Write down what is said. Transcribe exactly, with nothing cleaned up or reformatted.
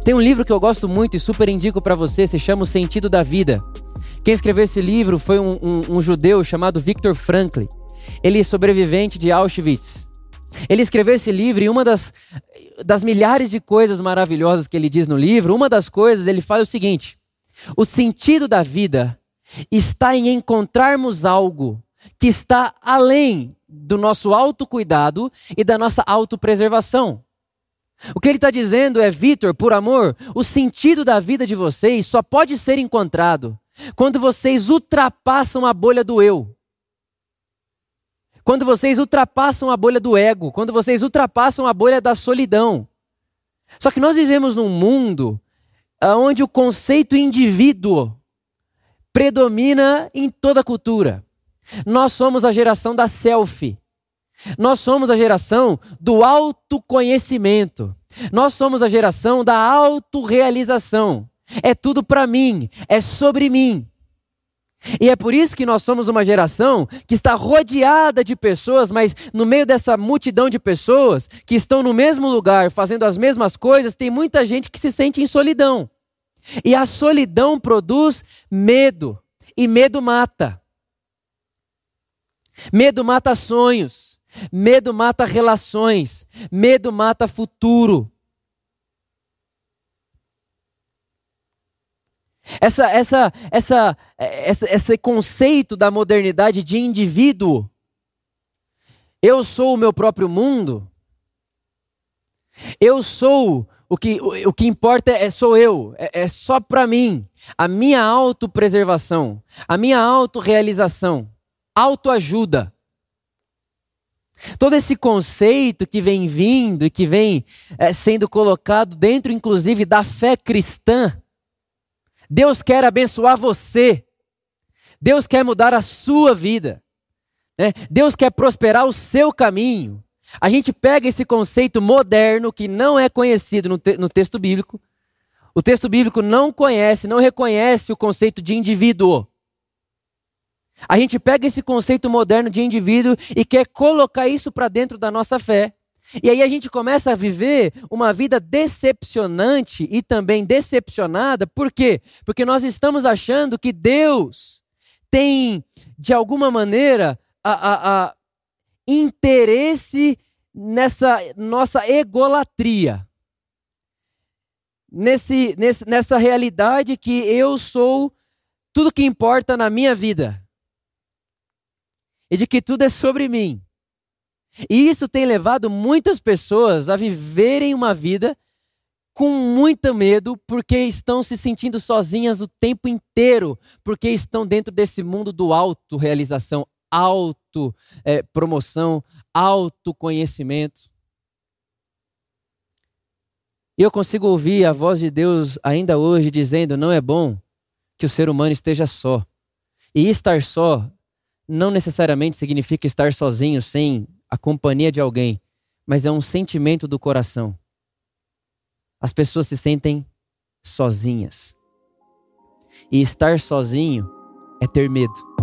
Tem um livro que eu gosto muito e super indico para você, se chama O Sentido da Vida. Quem escreveu esse livro foi um, um, um judeu chamado Viktor Frankl. Ele é sobrevivente de Auschwitz. Ele escreveu esse livro e uma das, das milhares de coisas maravilhosas que ele diz no livro, uma das coisas, ele fala o seguinte: o sentido da vida está em encontrarmos algo que está além do nosso autocuidado e da nossa autopreservação. O que ele está dizendo é, Vitor, por amor, o sentido da vida de vocês só pode ser encontrado quando vocês ultrapassam a bolha do eu. Quando vocês ultrapassam a bolha do ego. Quando vocês ultrapassam a bolha da solidão. Só que nós vivemos num mundo onde o conceito indivíduo predomina em toda a cultura. Nós somos a geração da selfie. Nós somos a geração do autoconhecimento. Nós somos a geração da autorrealização. É tudo para mim, é sobre mim. E é por isso que nós somos uma geração que está rodeada de pessoas, mas no meio dessa multidão de pessoas que estão no mesmo lugar, fazendo as mesmas coisas, tem muita gente que se sente em solidão. E a solidão produz medo, e medo mata. Medo mata sonhos, medo mata relações, medo mata futuro. Essa, essa, essa, essa, esse conceito da modernidade de indivíduo, eu sou o meu próprio mundo, eu sou, o que, o, o que importa é sou eu, é, é só para mim, a minha autopreservação, a minha autorrealização, autoajuda. Todo esse conceito que vem vindo e que vem é, sendo colocado dentro, inclusive, da fé cristã. Deus quer abençoar você. Deus quer mudar a sua vida. Né? Deus quer prosperar o seu caminho. A gente pega esse conceito moderno que não é conhecido no, te- no texto bíblico. O texto bíblico não conhece, não reconhece o conceito de indivíduo. A gente pega esse conceito moderno de indivíduo e quer colocar isso para dentro da nossa fé. E aí a gente começa a viver uma vida decepcionante e também decepcionada. Por quê? Porque nós estamos achando que Deus tem, de alguma maneira, a, a, a interesse nessa nossa egolatria. Nesse, nesse, nessa realidade que eu sou tudo que importa na minha vida. E de que tudo é sobre mim. E isso tem levado muitas pessoas a viverem uma vida com muito medo, porque estão se sentindo sozinhas o tempo inteiro, porque estão dentro desse mundo do autorrealização, autopromoção, autoconhecimento. E eu consigo ouvir a voz de Deus ainda hoje dizendo: não é bom que o ser humano esteja só. E estar só não necessariamente significa estar sozinho, sem a companhia de alguém, mas é um sentimento do coração. As pessoas se sentem sozinhas. E estar sozinho é ter medo.